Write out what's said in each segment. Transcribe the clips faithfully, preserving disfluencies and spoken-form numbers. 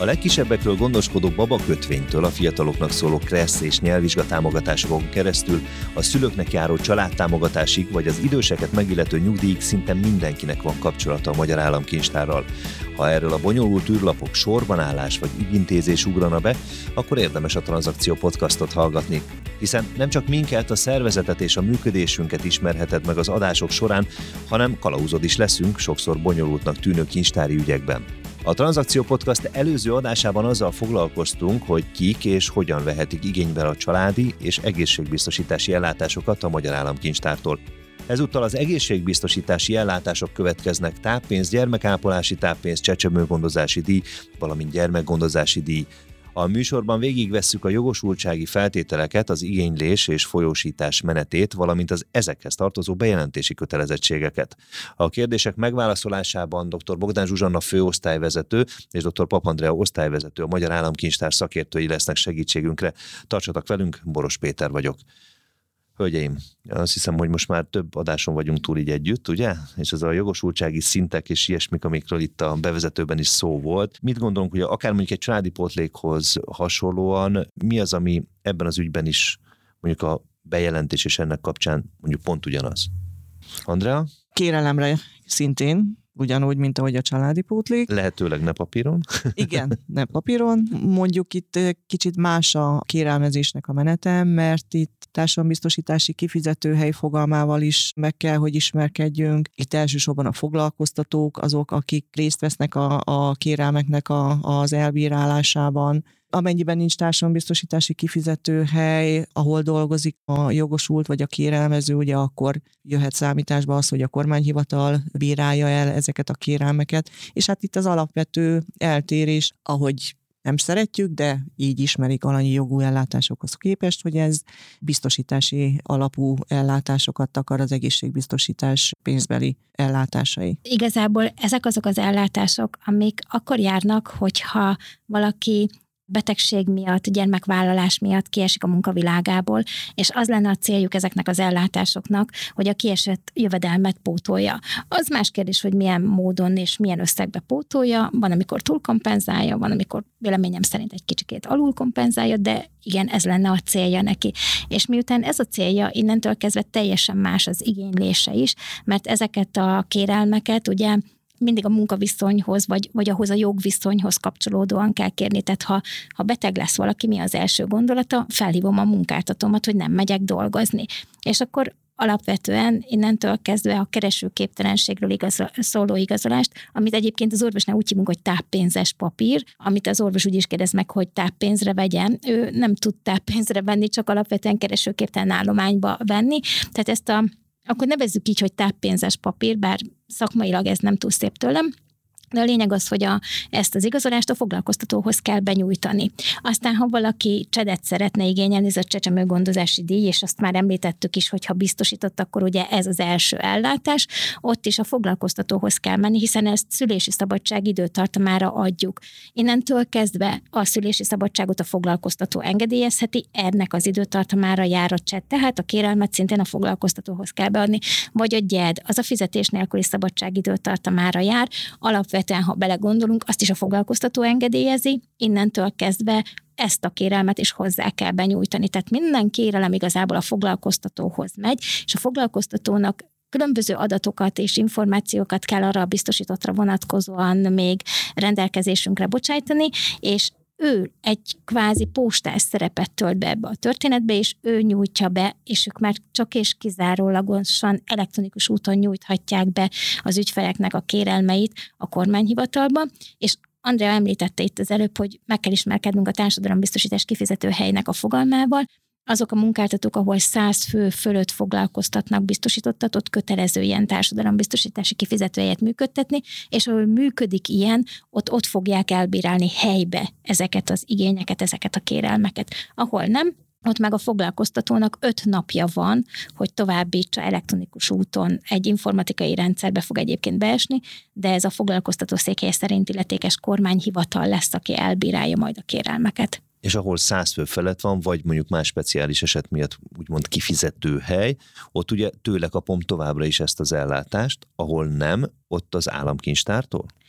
A legkisebbekről gondoskodó babakötvénytől a fiataloknak szóló kressz és nyelvvizsga támogatásokon keresztül a szülőknek járó családtámogatásig vagy az időseket megillető nyugdíjig szinte mindenkinek van kapcsolata a Magyar Államkincstárral. Ha erről a bonyolult űrlapok sorbanállás vagy ügyintézés ugrana be, akkor érdemes a Tranzakció podcastot hallgatni. Hiszen nem csak minket, a szervezetet és a működésünket ismerheted meg az adások során, hanem kalauzod is leszünk sokszor bonyolultnak tűnő kincstári ügyekben. A Tranzakció Podcast előző adásában azzal foglalkoztunk, hogy kik és hogyan vehetik igénybe a családi és egészségbiztosítási ellátásokat a Magyar Államkincstártól. Ezúttal az egészségbiztosítási ellátások következnek: táppénz, gyermekápolási táppénz, csecsemőgondozási díj, valamint gyermekgondozási díj. A műsorban végigvesszük a jogosultsági feltételeket, az igénylés és folyósítás menetét, valamint az ezekhez tartozó bejelentési kötelezettségeket. A kérdések megválaszolásában dr. Bogdán Zsuzsanna főosztályvezető és dr. Pap Andrea osztályvezető, a Magyar Államkincstár szakértői lesznek segítségünkre. Tartsatok velünk, Boros Péter vagyok. Hölgyeim, azt hiszem, hogy most már több adáson vagyunk túl így együtt, ugye? És ez a jogosultsági szintek és ilyesmik, amikről itt a bevezetőben is szó volt. Mit gondolunk, hogy akár mondjuk egy családi pótlékhoz hasonlóan, mi az, ami ebben az ügyben is mondjuk a bejelentés és ennek kapcsán mondjuk pont ugyanaz? Andrea? Kérelemre szintén, ugyanúgy, mint ahogy a családi pótlék. Lehetőleg ne papíron. Igen, ne papíron. Mondjuk itt kicsit más a kérelmezésnek a menete, mert itt társadalombiztosítási kifizetőhely fogalmával is meg kell, hogy ismerkedjünk. Itt elsősorban a foglalkoztatók, azok, akik részt vesznek a, a kérelmeknek a, az elbírálásában. Amennyiben nincs társadalombiztosítási kifizetőhely, ahol dolgozik a jogosult vagy a kérelmező, ugye akkor jöhet számításba az, hogy a kormányhivatal bírálja el ezeket a kérelmeket, és hát itt az alapvető eltérés, ahogy nem szeretjük, de így ismerik alanyi jogú ellátásokhoz képest, hogy ez biztosítási alapú ellátásokat takar, az egészségbiztosítás pénzbeli ellátásai. Igazából ezek azok az ellátások, amik akkor járnak, hogyha valaki betegség miatt, gyermekvállalás miatt kiesik a munkavilágából, és az lenne a céljuk ezeknek az ellátásoknak, hogy a kiesett jövedelmet pótolja. Az más kérdés, hogy milyen módon és milyen összegbe pótolja, van, amikor túlkompenzálja, van, amikor véleményem szerint egy kicsikét alulkompenzálja, de igen, ez lenne a célja neki. És miután ez a célja, innentől kezdve teljesen más az igénylése is, mert ezeket a kérelmeket ugye mindig a munkaviszonyhoz, vagy, vagy ahhoz a jogviszonyhoz kapcsolódóan kell kérni. Tehát ha, ha beteg lesz valaki, mi az első gondolata? Felhívom a munkáltatómat, hogy nem megyek dolgozni. És akkor alapvetően innentől kezdve a keresőképtelenségről igazol, szóló igazolást, amit egyébként az orvosnál úgy hívunk, hogy táppénzes papír, amit az orvos úgy is kérdez meg, hogy táppénzre vegyem. Ő nem tud táppénzre venni, csak alapvetően keresőképtelen állományba venni. Tehát ezt a akkor nevezzük így, hogy táppénzes papír, bár szakmailag ez nem túl szép tőlem, de a lényeg az, hogy a, ezt az igazolást a foglalkoztatóhoz kell benyújtani. Aztán, ha valaki csedet szeretne igényelni, ez a csecsemőgondozási díj, és azt már említettük is, hogy ha biztosított, akkor ugye ez az első ellátás, ott is a foglalkoztatóhoz kell menni, hiszen ezt szülési szabadság időtartamára adjuk. Innentől kezdve a szülési szabadságot a foglalkoztató engedélyezheti, ennek az időtartamára jár a cset, tehát a kérelmet szintén a foglalkoztatóhoz kell beadni, vagy a gyed, az a fizetés nélküli szabadság időtartamára jár, alapvetően ha belegondolunk, azt is a foglalkoztató engedélyezi, innentől kezdve ezt a kérelmet is hozzá kell benyújtani. Tehát minden kérelem igazából a foglalkoztatóhoz megy, és a foglalkoztatónak különböző adatokat és információkat kell arra a biztosítottra vonatkozóan még rendelkezésünkre bocsájtani, és ő egy kvázi postás szerepet tölt be ebbe a történetbe, és ő nyújtja be, és ők már csak és kizárólagosan elektronikus úton nyújthatják be az ügyfeleknek a kérelmeit a kormányhivatalba, és Andrea említette itt az előbb, hogy meg kell ismerkednünk a társadalombiztosítás kifizető helynek a fogalmával. Azok a munkáltatók, ahol száz fő fölött foglalkoztatnak biztosítottat, ott kötelező ilyen társadalombiztosítási kifizetőhelyet működtetni, és ahol működik ilyen, ott, ott fogják elbírálni helybe ezeket az igényeket, ezeket a kérelmeket. Ahol nem, ott meg a foglalkoztatónak öt napja van, hogy továbbítsa elektronikus úton, egy informatikai rendszerbe fog egyébként beesni, de ez a foglalkoztató székhelye szerint illetékes kormányhivatal lesz, aki elbírálja majd a kérelmeket. És ahol száz fő felett van, vagy mondjuk más speciális eset miatt úgymond kifizető hely, ott ugye tőle kapom továbbra is ezt az ellátást, ahol nem, ott az államkincstártól?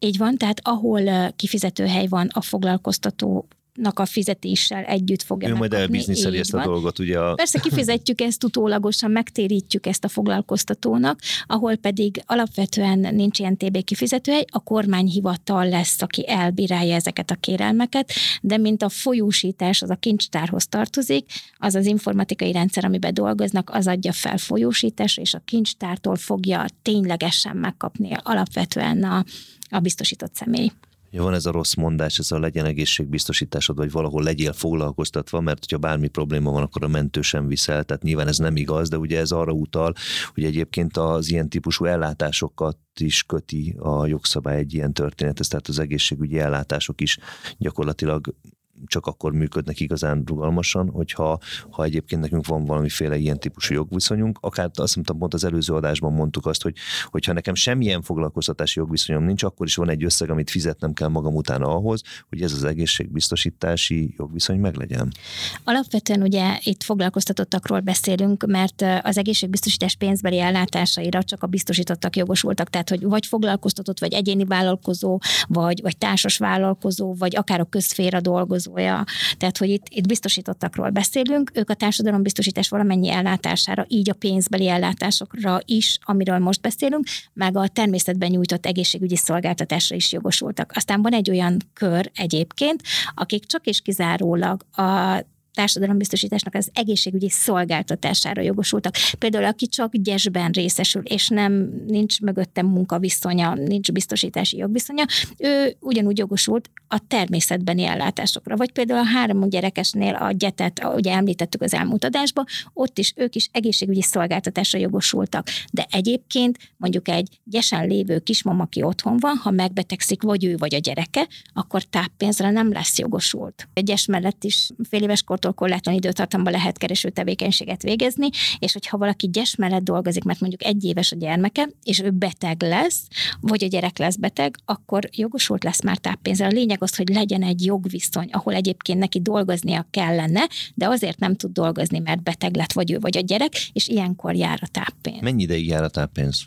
Így van, tehát ahol kifizetőhely van, a foglalkoztató a fizetéssel együtt fogja ő megkapni. Ő majd elbizniszeli ezt a van. dolgot. Ugye a... Persze kifizetjük ezt utólagosan, megtérítjük ezt a foglalkoztatónak, ahol pedig alapvetően nincs ilyen té bé kifizetőhely, a kormányhivatal lesz, aki elbírálja ezeket a kérelmeket, de mint a folyósítás az a kincstárhoz tartozik, az az informatikai rendszer, amiben dolgoznak, az adja fel folyósításra, és a kincstártól fogja ténylegesen megkapni alapvetően a, a biztosított személy. Ja, van ez a rossz mondás, ez a legyen egészségbiztosításod, vagy valahol legyél foglalkoztatva, mert hogyha bármi probléma van, akkor a mentő sem viszel, tehát nyilván ez nem igaz, de ugye ez arra utal, hogy egyébként az ilyen típusú ellátásokat is köti a jogszabály egy ilyen történethez, tehát az egészségügyi ellátások is gyakorlatilag csak akkor működnek igazán rugalmasan, hogyha ha egyébként nekünk van valamiféle ilyen típusú jogviszonyunk. Akár azt mondtam, pont az előző adásban mondtuk azt, hogy hogyha nekem semmilyen foglalkoztatási jogviszonyom nincs, akkor is van egy összeg, amit fizetnem kell magam utána ahhoz, hogy ez az egészségbiztosítási jogviszony meglegyen. Alapvetően ugye itt foglalkoztatottakról beszélünk, mert az egészségbiztosítás pénzbeli ellátásaira csak a biztosítottak jogosultak, tehát hogy vagy foglalkoztatott, vagy egyéni vállalkozó, vagy, vagy társas vállalkozó, vagy akár a közszféra dolgozó. Tehát, hogy itt, itt biztosítottakról beszélünk, ők a társadalombiztosítás valamennyi ellátására, így a pénzbeli ellátásokra is, amiről most beszélünk, meg a természetben nyújtott egészségügyi szolgáltatásra is jogosultak. Aztán van egy olyan kör egyébként, akik csak és kizárólag a társadalombiztosításnak az egészségügyi szolgáltatására jogosultak. Például aki csak gyesben részesül, és nem nincs mögötte munkaviszonya, nincs biztosítási jogviszonya, ő ugyanúgy jogosult a természetbeni ellátásokra. Vagy például a három gyerekesnél a gyetet, ugye említettük az elmúlt adásban, ott is ők is egészségügyi szolgáltatásra jogosultak. De egyébként mondjuk egy gyesen lévő kismama, aki otthon van, ha megbetegszik vagy ő, vagy a gyereke, akkor táppénzre nem lesz jogosult. A gyes mellett is fél éves kortól korlátlan időtartamban lehet kereső tevékenységet végezni, és hogyha valaki gyes mellett dolgozik, mert mondjuk egy éves a gyermeke, és ő beteg lesz, vagy a gyerek lesz beteg, akkor jogosult lesz már táppénzre. A lényeg az, hogy legyen egy jogviszony, ahol egyébként neki dolgoznia kellene, de azért nem tud dolgozni, mert beteg lett vagy ő, vagy a gyerek, és ilyenkor jár a táppénz. Mennyi ideig jár a táppénz?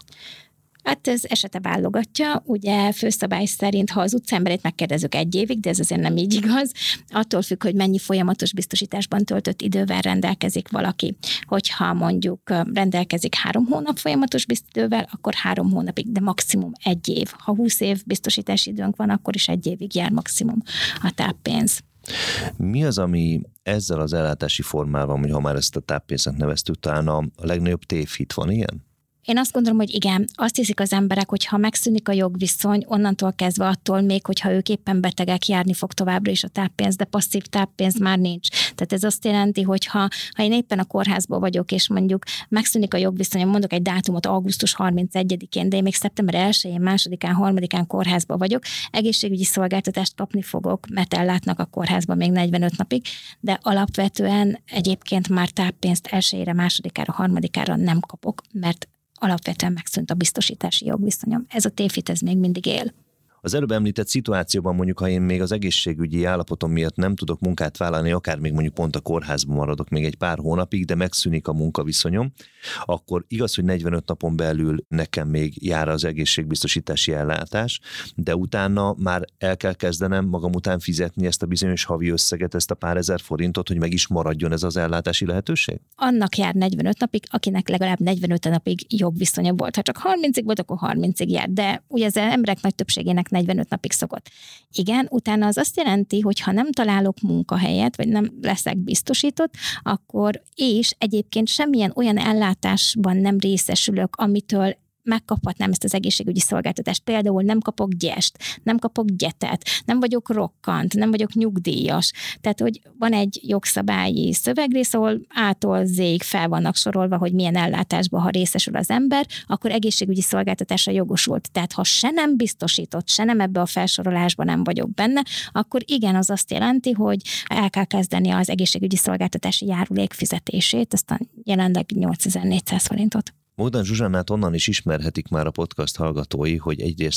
Hát ez esete válogatja, ugye főszabály szerint, ha az utcaemberét megkérdezzük egy évig, de ez azért nem így igaz, attól függ, hogy mennyi folyamatos biztosításban töltött idővel rendelkezik valaki. Hogyha mondjuk rendelkezik három hónap folyamatos biztosítővel, akkor három hónapig, de maximum egy év. Ha húsz év biztosítási időnk van, akkor is egy évig jár maximum a táppénz. Mi az, ami ezzel az ellátási formával, hogy ha már ezt a táppénznek neveztük, talán a legnagyobb tévhit van ilyen? Én azt gondolom, hogy igen, azt hiszik az emberek, hogy ha megszűnik a jogviszony, onnantól kezdve attól még, hogyha ők éppen betegek, járni fog továbbra is a táppénz, de passzív táppénz már nincs. Tehát ez azt jelenti, hogy ha, ha én éppen a kórházban vagyok, és mondjuk megszűnik a jogviszony, mondok egy dátumot augusztus harmincegyedikén, de én még szeptember elsején, másodikán, harmadikán kórházban vagyok, egészségügyi szolgáltatást kapni fogok, mert ellátnak a kórházban még negyvenöt napig, de alapvetően egyébként már táppénzt elsőjére, másodikára, harmadikára nem kapok, mert alapvetően megszűnt a biztosítási jogviszonyom. Ez a tévhit, ez még mindig él. Az előbb említett szituációban mondjuk, ha én még az egészségügyi állapotom miatt nem tudok munkát vállalni, akár még mondjuk pont a kórházban maradok még egy pár hónapig, de megszűnik a munkaviszonyom, akkor igaz, hogy negyvenöt napon belül nekem még jár az egészségbiztosítási ellátás, de utána már el kell kezdenem magam után fizetni ezt a bizonyos havi összeget, ezt a pár ezer forintot, hogy meg is maradjon ez az ellátási lehetőség? Annak jár negyvenöt napig, akinek legalább negyvenöt napig jogviszonya volt. Ha csak harmincig volt, akkor harmincig jár, de ugye az emberek nagy többségének negyvenöt napig szokott. Igen, utána az azt jelenti, hogy ha nem találok munkahelyet, vagy nem leszek biztosított, akkor és egyébként semmilyen olyan ellátásban nem részesülök, amitől megkaphatnám ezt az egészségügyi szolgáltatást. Például nem kapok gyest, nem kapok gyetet, nem vagyok rokkant, nem vagyok nyugdíjas. Tehát, hogy van egy jogszabályi szövegrész, ahol A-tól Z-ig fel vannak sorolva, hogy milyen ellátásban, ha részesül az ember, akkor egészségügyi szolgáltatásra jogosult. Tehát, ha se nem biztosított, se nem ebbe a felsorolásban nem vagyok benne, akkor igen, az azt jelenti, hogy el kell kezdeni az egészségügyi szolgáltatási járulék fizetését, aztán jelenleg nyolcezer-négyszáz forintot. Bogdan Zsuzsannát onnan is ismerhetik már a podcast hallgatói, hogy egyrészt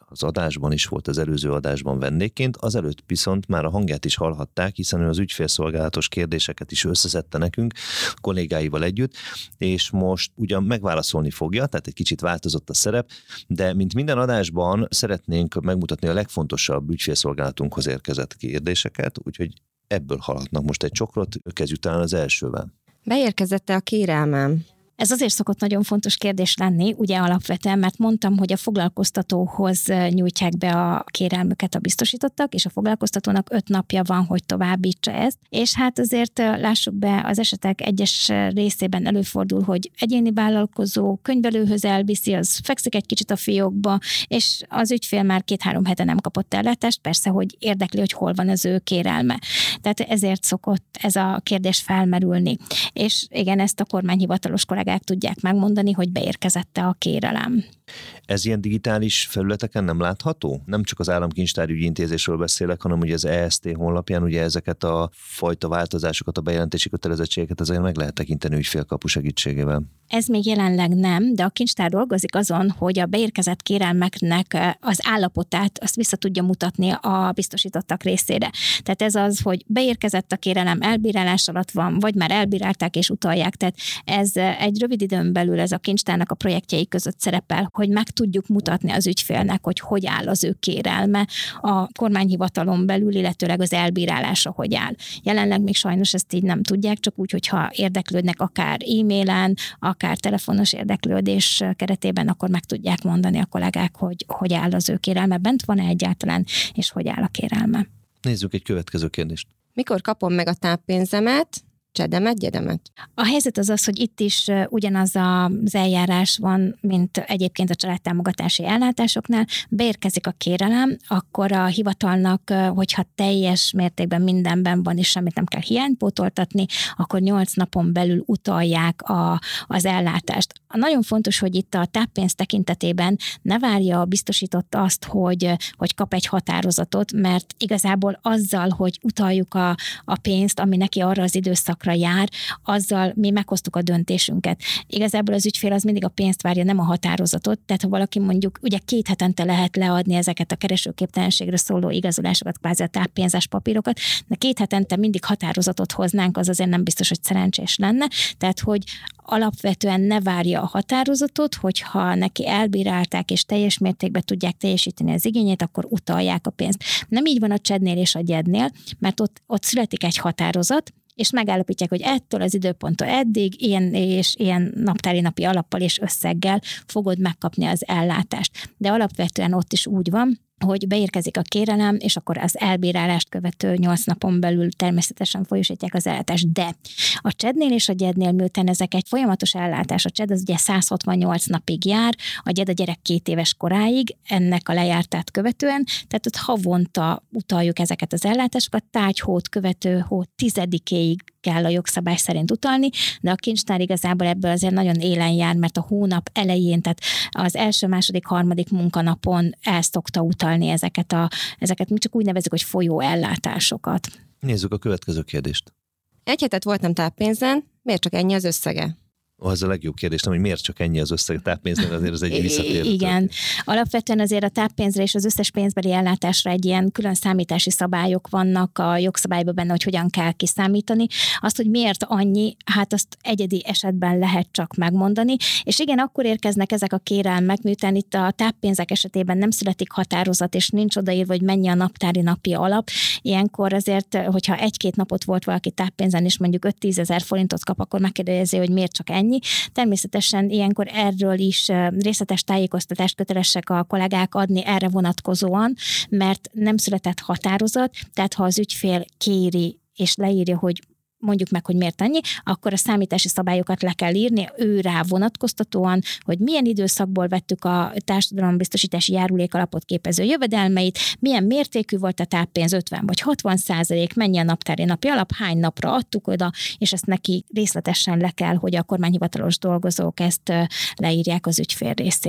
az adásban is volt, az előző adásban vendégként, azelőtt viszont már a hangját is hallhatták, hiszen ő az ügyfélszolgálatos kérdéseket is összeszedte nekünk kollégáival együtt, és most ugyan megválaszolni fogja, tehát egy kicsit változott a szerep, de mint minden adásban szeretnénk megmutatni a legfontosabb ügyfélszolgálatunkhoz érkezett kérdéseket, úgyhogy ebből hallhatnak most egy csokrot, kezdjük talán az elsővel. Beérkezette a kérelmem? Ez azért szokott nagyon fontos kérdés lenni, ugye alapvetően, mert mondtam, hogy a foglalkoztatóhoz nyújtják be a kérelmüket a biztosítottak, és a foglalkoztatónak öt napja van, hogy továbbítsa ezt. És hát azért lássuk be, az esetek egyes részében előfordul, hogy egyéni vállalkozó könyvelőhöz elviszi, az fekszik egy kicsit a fiókba, és az ügyfél már két-három hete nem kapott ellátást, persze, hogy érdekli, hogy hol van az ő kérelme. Tehát ezért szokott ez a kérdés felmerülni. És igen, ezt a kormányhivatalos kollégák tudják megmondani, hogy beérkezette a kérelem. Ez ilyen digitális felületeken nem látható? Nem csak az államkincstárügyi intézésről beszélek, hanem ugye az E S T honlapján ugye ezeket a fajta változásokat, a bejelentési kötelezettségeket azért meg lehet tekinteni ügyfélkapu segítségével. Ez még jelenleg nem, de a kincstár dolgozik azon, hogy a beérkezett kérelmeknek az állapotát azt vissza tudja mutatni a biztosítottak részére. Tehát ez az, hogy beérkezett a kérelem, elbírálás alatt van, vagy már elbírálták és utalják. Tehát ez egy rövid időn belül ez a kincstárnak a projektjei között szerepel, hogy meg tudjuk mutatni az ügyfélnek, hogy hogy áll az ő kérelme a kormányhivatalon belül, illetőleg az elbírálása hogy áll. Jelenleg még sajnos ezt így nem tudják, csak úgy, hogyha érdeklődnek akár e-mailen, akár telefonos érdeklődés keretében, akkor meg tudják mondani a kollégák, hogy hogy áll az ő kérelme, bent van-e egyáltalán, és hogy áll a kérelme. Nézzük egy következő kérdést. Mikor kapom meg a táppénzemet, csedemet, gyedemet? A helyzet az az, hogy itt is ugyanaz az eljárás van, mint egyébként a családtámogatási ellátásoknál. Beérkezik a kérelem, akkor a hivatalnak, hogyha teljes mértékben mindenben van, és semmit nem kell hiánypótoltatni, akkor nyolc napon belül utalják a, az ellátást. Nagyon fontos, hogy itt a táppénz tekintetében ne várja a biztosított azt, hogy, hogy kap egy határozatot, mert igazából azzal, hogy utaljuk a, a pénzt, ami neki arra az időszakra jár, azzal mi meghoztuk a döntésünket. Igazából az ügyfél az mindig a pénzt várja, nem a határozatot, tehát ha valaki mondjuk, ugye két hetente lehet leadni ezeket a keresőképtelenségre szóló igazolásokat, kvázi a táppénzes papírokat, de két hetente mindig határozatot hoznánk, az azért nem biztos, hogy szerencsés lenne, tehát hogy alapvetően ne várja a határozatot, hogyha neki elbírálták és teljes mértékben tudják teljesíteni az igényét, akkor utalják a pénzt. Nem így van a csednél és a gyednél, mert ott, ott születik egy határozat, és megállapítják, hogy ettől az időponttól eddig ilyen és ilyen naptári napi alappal és összeggel fogod megkapni az ellátást. De alapvetően ott is úgy van, hogy beérkezik a kérelem, és akkor az elbírálást követő nyolc napon belül természetesen folyósítják az ellátást. De a csednél és a gyednél, miután ezek egy folyamatos ellátás, a csed az ugye száz hatvannyolc napig jár, a gyed a gyerek két éves koráig, ennek a lejártát követően, tehát ott havonta utaljuk ezeket az ellátásokat, tárgyhót követő hó tizedikéig kell a jogszabály szerint utalni, de a kincstár igazából ebből azért nagyon élen jár, mert a hónap elején, tehát az első, második, harmadik munkanapon el szokta utalni ezeket, a, ezeket mi csak úgy nevezzük, hogy folyó ellátásokat. Nézzük a következő kérdést. Egy hetet voltam táppénzen, miért csak ennyi az összege? Az a legjobb kérdés, nem, hogy miért csak ennyi az összeg a táppénznél, azért ez egy visszatérő. Igen. Alapvetően azért a táppénzre és az összes pénzbeli ellátásra egy ilyen külön számítási szabályok vannak a jogszabályban benne, hogy hogyan kell kiszámítani. Azt, hogy miért annyi, hát azt egyedi esetben lehet csak megmondani. És igen, akkor érkeznek ezek a kérelmek, miután itt a táppénzek esetében nem születik határozat, és nincs odaírva, hogy mennyi a naptári napi alap. Ilyenkor azért, hogyha egy-két napot volt valaki táppénzen, és mondjuk öt-tízezer forintot kap, akkor megkérdezi, hogy miért csak ennyi. Természetesen ilyenkor erről is részletes tájékoztatást kötelesek a kollégák adni erre vonatkozóan, mert nem született határozat, tehát ha az ügyfél kéri és leírja, hogy mondjuk meg, hogy miért annyi, akkor a számítási szabályokat le kell írni ő rá vonatkoztatóan, hogy milyen időszakból vettük a társadalombiztosítási járulékalapot képező jövedelmeit, milyen mértékű volt a táppénz, ötven vagy hatvan százalék, mennyi a naptári napi alap, hány napra adtuk oda, és ezt neki részletesen le kell, hogy a kormányhivatalos dolgozók ezt leírják az ügyfél részére.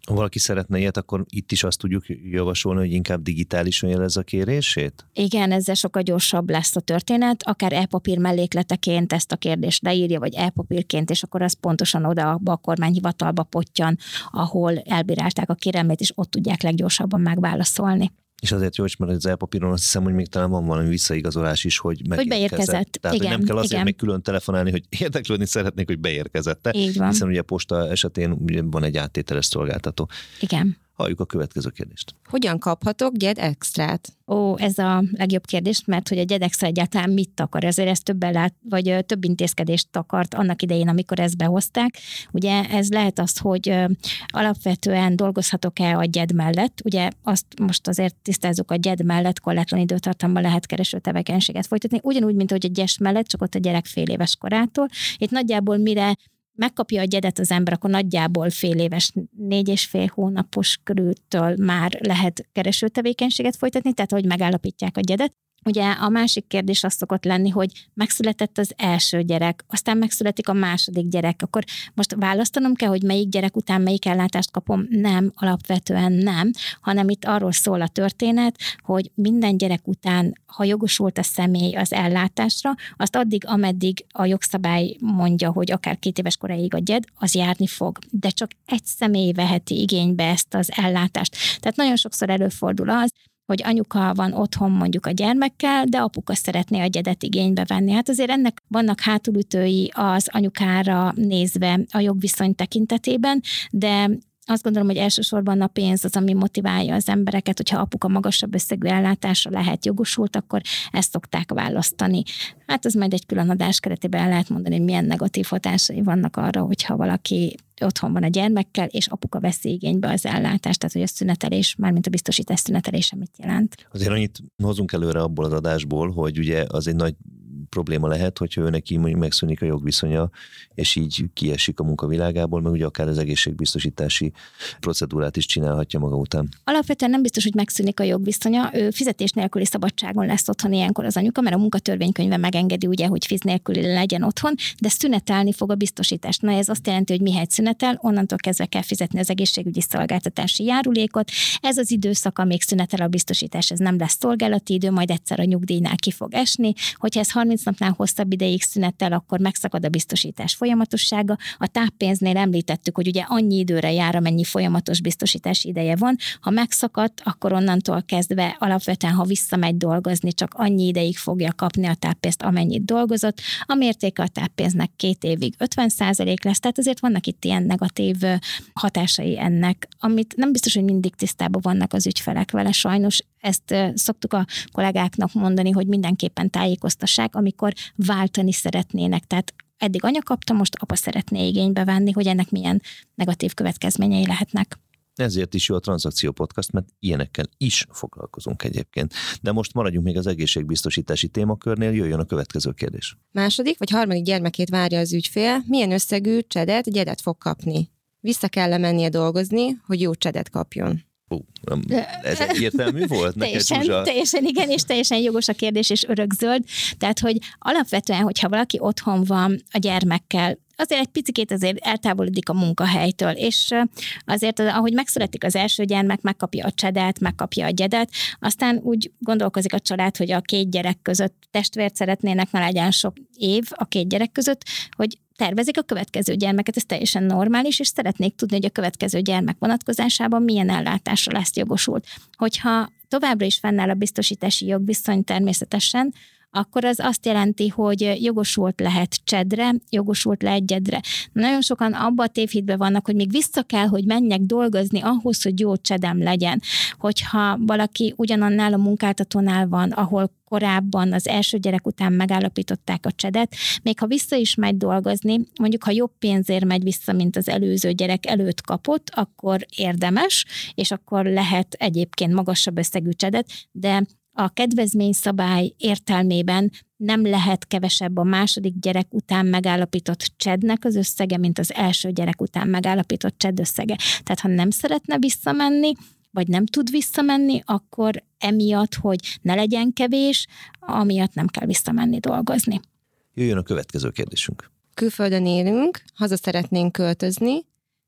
Ha valaki szeretne ilyet, akkor itt is azt tudjuk javasolni, hogy inkább digitálisan jelez a kérését? Igen, ezzel sokkal gyorsabb lesz a történet, akár e-papír mellékleteként ezt a kérdést leírja, vagy e-papírként, és akkor az pontosan oda abba a kormányhivatalba pottyan, ahol elbírálták a kérelmét, és ott tudják leggyorsabban megválaszolni. És azért jó, mert az e-papíron azt hiszem, hogy még talán van valami visszaigazolás is, hogy megérkezett. Hogy beérkezett. Tehát, igen, hogy nem kell azért igen. még külön telefonálni, hogy érdeklődni szeretnék, hogy beérkezette. Így van. Hiszen ugye a posta esetén ugye van egy áttételes szolgáltató. Igen. Halljuk a következő kérdést. Hogyan kaphatok gyed extrát? Ó, ez a legjobb kérdés, mert hogy a GYEDEXTRA egyáltalán mit takar, ezért ez több ellát, vagy több intézkedést takart annak idején, amikor ezt behozták. Ugye ez lehet az, hogy alapvetően dolgozhatok-e a gyed mellett, ugye azt most azért tisztázzuk, a gyed mellett korlátlan időtartamban lehet kereső tevékenységet folytatni, ugyanúgy, mint hogy a gyes mellett, csak ott a gyerek fél éves korától. Itt nagyjából mire megkapja a gyedet az ember, akkor nagyjából fél éves, négy és fél hónapos körültől már lehet kereső tevékenységet folytatni, tehát hogy megállapítják a gyedet. Ugye a másik kérdés az szokott lenni, hogy megszületett az első gyerek, aztán megszületik a második gyerek, akkor most választanom kell, hogy melyik gyerek után melyik ellátást kapom? Nem, alapvetően nem, hanem itt arról szól a történet, hogy minden gyerek után, ha jogosult a személy az ellátásra, azt addig, ameddig a jogszabály mondja, hogy akár két éves koráig a gyed, az járni fog. De csak egy személy veheti igénybe ezt az ellátást. Tehát nagyon sokszor előfordul az, hogy anyuka van otthon mondjuk a gyermekkel, de apuka szeretné a gyedet igénybe venni. Hát azért ennek vannak hátulütői az anyukára nézve a jogviszony tekintetében, de azt gondolom, hogy elsősorban a pénz az, ami motiválja az embereket, hogyha apuka magasabb összegű ellátásra lehet jogosult, akkor ezt szokták választani. Hát ez majd egy külön adás keretében el lehet mondani, hogy milyen negatív hatásai vannak arra, hogyha valaki otthon van a gyermekkel, és apuka veszi igénybe az ellátást, tehát hogy a szünetelés, mármint a biztosítás szünetelése mit jelent. Azért annyit hozunk előre abból az adásból, hogy ugye az egy nagy probléma lehet, hogyha ő neki megszűnik a jogviszonya, és így kiesik a munkavilágából, meg ugye akár az egészségbiztosítási procedúrát is csinálhatja maga után. Alapvetően nem biztos, hogy megszűnik a jogviszonya, ő fizetés nélküli szabadságon lesz otthon ilyenkor az anyuka, mert a munkatörvénykönyve megengedi ugye, hogy fiz nélküli legyen otthon, de szünetelni fog a biztosítást. Na ez azt jelenti, hogy mihelyt szünetel, onnantól kezdve kell fizetni az egészségügyi szolgáltatási járulékot. Ez az időszak, amíg szünetel a biztosítás, ez nem lesz szolgálati idő, majd egyszer a nyugdíjnál ki fog esni. Hogyha ez harminc napnál hosszabb ideig szünetel, akkor megszakad a biztosítás folyamatossága. A táppénznél említettük, hogy ugye annyi időre jár, amennyi folyamatos biztosítási ideje van. Ha megszakadt, akkor onnantól kezdve alapvetően, ha visszamegy dolgozni, csak annyi ideig fogja kapni a táppénzt, amennyit dolgozott. A mértéke a táppénznek két évig ötven százalék lesz, tehát azért vannak itt ilyen negatív hatásai ennek, amit nem biztos, hogy mindig tisztában vannak az ügyfelek vele, sajnos. Ezt szoktuk a kollégáknak mondani, hogy mindenképpen tájékoztassák, amikor váltani szeretnének. Tehát eddig anya kapta, most apa szeretné igénybe venni, hogy ennek milyen negatív következményei lehetnek. Ezért is jó a Tranzakció Podcast, mert ilyenekkel is foglalkozunk egyébként. De most maradjunk még az egészségbiztosítási témakörnél, jöjjön a következő kérdés. Második vagy harmadik gyermekét várja az ügyfél, milyen összegű csedet, gyedet fog kapni? Vissza kell mennie dolgozni, hogy jó csedet kapjon? Hú, ez egyértelmű volt neked, teljesen, Zsuzsa? teljesen igen, és teljesen jogos a kérdés, és örökzöld. Tehát, hogy alapvetően, hogyha valaki otthon van a gyermekkel, azért egy picikét azért eltávolodik a munkahelytől, és azért, ahogy megszületik az első gyermek, megkapja a csedet, megkapja a gyedet, aztán úgy gondolkozik a család, hogy a két gyerek között testvért szeretnének, ne legyen sok év a két gyerek között, hogy tervezik a következő gyermeket, ez teljesen normális, és szeretnék tudni, hogy a következő gyermek vonatkozásában milyen ellátásra lesz jogosult. Hogyha továbbra is fennáll a biztosítási jogviszony természetesen, akkor az azt jelenti, hogy jogosult lehet csedre, jogosult lehet gyedre. Nagyon sokan abban a tévhitben vannak, hogy még vissza kell, hogy menjek dolgozni ahhoz, hogy jó csedem legyen. Hogyha valaki ugyanannál a munkáltatónál van, ahol korábban az első gyerek után megállapították a csedet, még ha vissza is megy dolgozni, mondjuk ha jobb pénzért megy vissza, mint az előző gyerek előtt kapott, akkor érdemes, és akkor lehet egyébként magasabb összegű csedet, de a kedvezményszabály értelmében nem lehet kevesebb a második gyerek után megállapított csednek az összege, mint az első gyerek után megállapított csed összege. Tehát ha nem szeretne visszamenni, vagy nem tud visszamenni, akkor emiatt, hogy ne legyen kevés, amiatt nem kell visszamenni dolgozni. Jöjjön a következő kérdésünk. Külföldön élünk, haza szeretnénk költözni,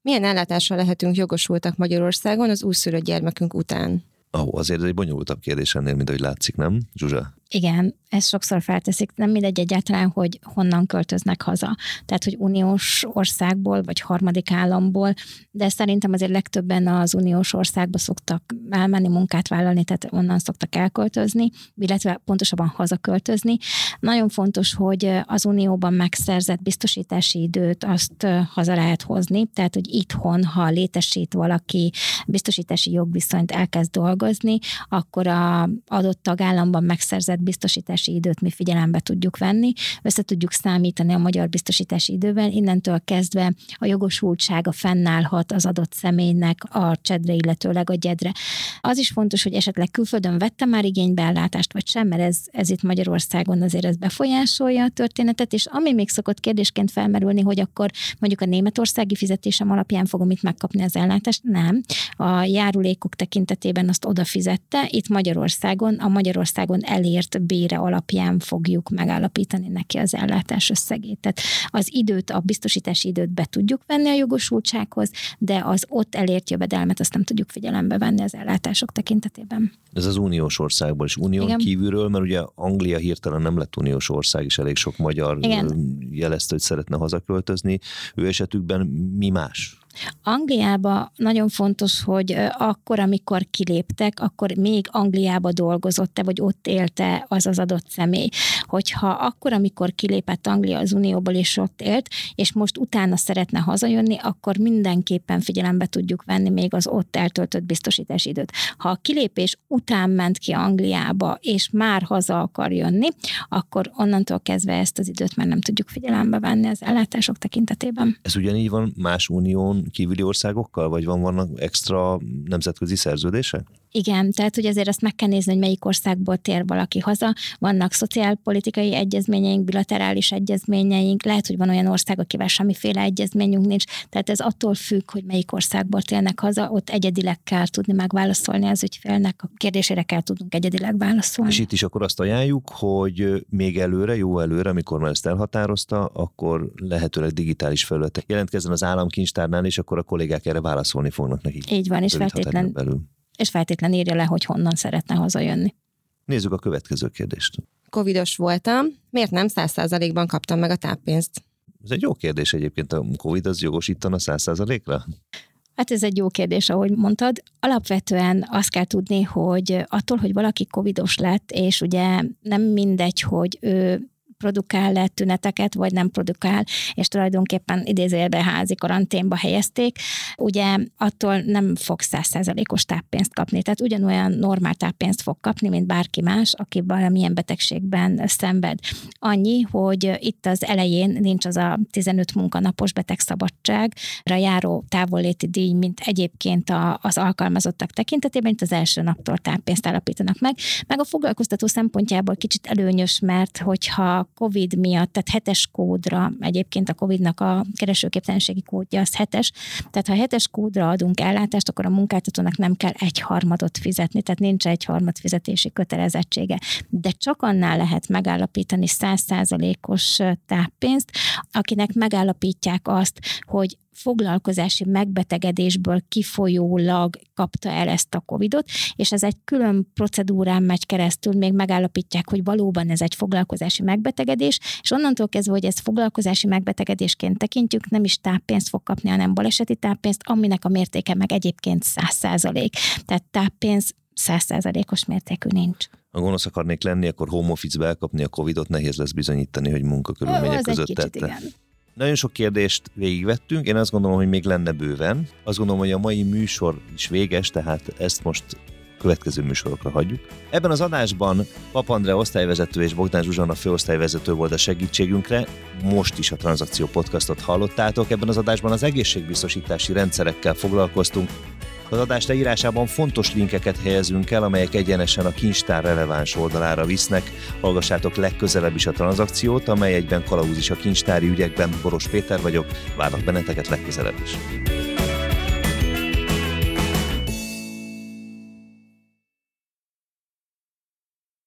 Milyen ellátásra lehetünk jogosultak Magyarországon az újszülött gyermekünk után? Ó, oh, azért ez egy bonyolultabb kérdés ennél, mint ahogy látszik, nem, Zsuzsa? Igen, ezt sokszor felteszik, nem mindegy egyáltalán, hogy honnan költöznek haza. Tehát, hogy uniós országból, vagy harmadik államból, de szerintem azért legtöbben az uniós országba szoktak elmenni, munkát vállalni, tehát onnan szoktak elköltözni, illetve pontosabban hazaköltözni. Nagyon fontos, hogy az unióban megszerzett biztosítási időt azt haza lehet hozni, tehát, hogy itthon, ha létesít valaki biztosítási jogviszonyt, elkezd dolgozni, akkor az adott tagállamban megszerzett biztosítási időt mi figyelembe tudjuk venni, össze tudjuk számítani a magyar biztosítási idővel, innentől kezdve a jogosultsága fennállhat az adott személynek a csedre, illetőleg a gyedre. Az is fontos, hogy esetleg külföldön vette már igénybe ellátást, vagy sem, mert ez, ez itt Magyarországon azért ez befolyásolja a történetet, és ami még szokott kérdésként felmerülni, hogy akkor mondjuk a németországi fizetésem alapján fogom itt megkapni az ellátást. Nem. A járulékok tekintetében azt oda fizette, itt Magyarországon, a Magyarországon elért bére alapján fogjuk megállapítani neki az ellátás összegét. Tehát az időt, a biztosítási időt be tudjuk venni a jogosultsághoz, de az ott elért jövedelmet azt nem tudjuk figyelembe venni az ellátások tekintetében. Ez az uniós országból is. Unión Igen. kívülről, mert ugye Anglia hirtelen nem lett uniós ország, és elég sok magyar Igen. jelezte, hogy szeretne hazaköltözni. Ő esetükben mi más? Angliába nagyon fontos, hogy akkor, amikor kiléptek, akkor még Angliába dolgozott-e, vagy ott élte az az adott személy. Hogyha akkor, amikor kilépett Anglia az Unióból, és ott élt, és most utána szeretne hazajönni, akkor mindenképpen figyelembe tudjuk venni még az ott eltöltött biztosítási időt. Ha a kilépés után ment ki Angliába, és már haza akar jönni, akkor onnantól kezdve ezt az időt már nem tudjuk figyelembe venni az ellátások tekintetében. Ez ugyanígy van más unión kívüli országokkal, vagy van vannak extra nemzetközi szerződések? Igen, tehát hogy azért azt meg kell nézni, hogy melyik országból tér valaki haza. Vannak szociálpolitikai egyezményeink, bilaterális egyezményeink, lehet, hogy van olyan ország, akivel semmiféle egyezményünk nincs, tehát ez attól függ, hogy melyik országból térnek haza, ott egyedileg kell tudni megválaszolni az ügyfélnek, a kérdésére kell tudnunk egyedileg válaszolni. És itt is akkor azt ajánljuk, hogy még előre, jó előre, amikor már ezt elhatározta, akkor lehetőleg digitális felületen jelentkezzen az államkincstárnál, és akkor a kollégák erre válaszolni fognak nekik. Így van, és feltétlen, és feltétlen írja le, hogy honnan szeretne hazajönni. Nézzük a következő kérdést. Covidos voltam, miért nem száz százalékban kaptam meg a táppénzt? Ez egy jó kérdés egyébként, a Covid az jogosítana száz százalékra? Hát ez egy jó kérdés, ahogy mondtad. Alapvetően azt kell tudni, hogy attól, hogy valaki covidos lett, és ugye nem mindegy, hogy ő produkál-e tüneteket, vagy nem produkál, és tulajdonképpen idézőjelben házi karanténba helyezték, ugye attól nem fog száz százalékos táppénzt kapni. Tehát ugyanolyan normál táppénzt fog kapni, mint bárki más, aki valamilyen betegségben szenved. Annyi, hogy itt az elején nincs az a tizenöt munkanapos betegszabadságra járó távolléti díj, mint egyébként a, az alkalmazottak tekintetében, itt az első naptól táppénzt állapítanak meg. Meg a foglalkoztató szempontjából kicsit előnyös, mert hogyha Covid miatt, tehát hetes kódra, egyébként a Covidnak a keresőképtelenségi kódja az hetes, tehát ha hetes kódra adunk ellátást, akkor a munkáltatónak nem kell egyharmadot fizetni, tehát nincs egyharmad fizetési kötelezettsége. De csak annál lehet megállapítani száz százalékos táppénzt, akinek megállapítják azt, hogy foglalkozási megbetegedésből kifolyólag kapta el ezt a Covidot, és ez egy külön procedúrán megy keresztül, még megállapítják, hogy valóban ez egy foglalkozási megbetegedés, és onnantól kezdve, hogy ezt foglalkozási megbetegedésként tekintjük, nem is táppénzt fog kapni, hanem baleseti táppénzt, aminek a mértéke meg egyébként száz százalék. Tehát táppénz száz százalékos mértékű nincs. Ha gonosz akarnék lenni, akkor home office-be elkapni a Covidot, nehéz lesz bizonyítani, hogy munkakörülmények között tette. Igen. Nagyon sok kérdést végigvettünk, én azt gondolom, hogy még lenne bőven. Azt gondolom, hogy a mai műsor is véges, tehát ezt most következő műsorokra hagyjuk. Ebben az adásban Pap Andrea osztályvezető és Bogdán Zsuzsanna főosztályvezető volt a segítségünkre. Most is a Tranzakció podcastot hallottátok. Ebben az adásban az egészségbiztosítási rendszerekkel foglalkoztunk. Az adás leírásában fontos linkeket helyezünk el, amelyek egyenesen a kincstár releváns oldalára visznek. Hallgassátok legközelebb is a Tranzakciót, amely egyben kalauz is a kincstári ügyekben. Boros Péter vagyok, várlak benneteket legközelebb is.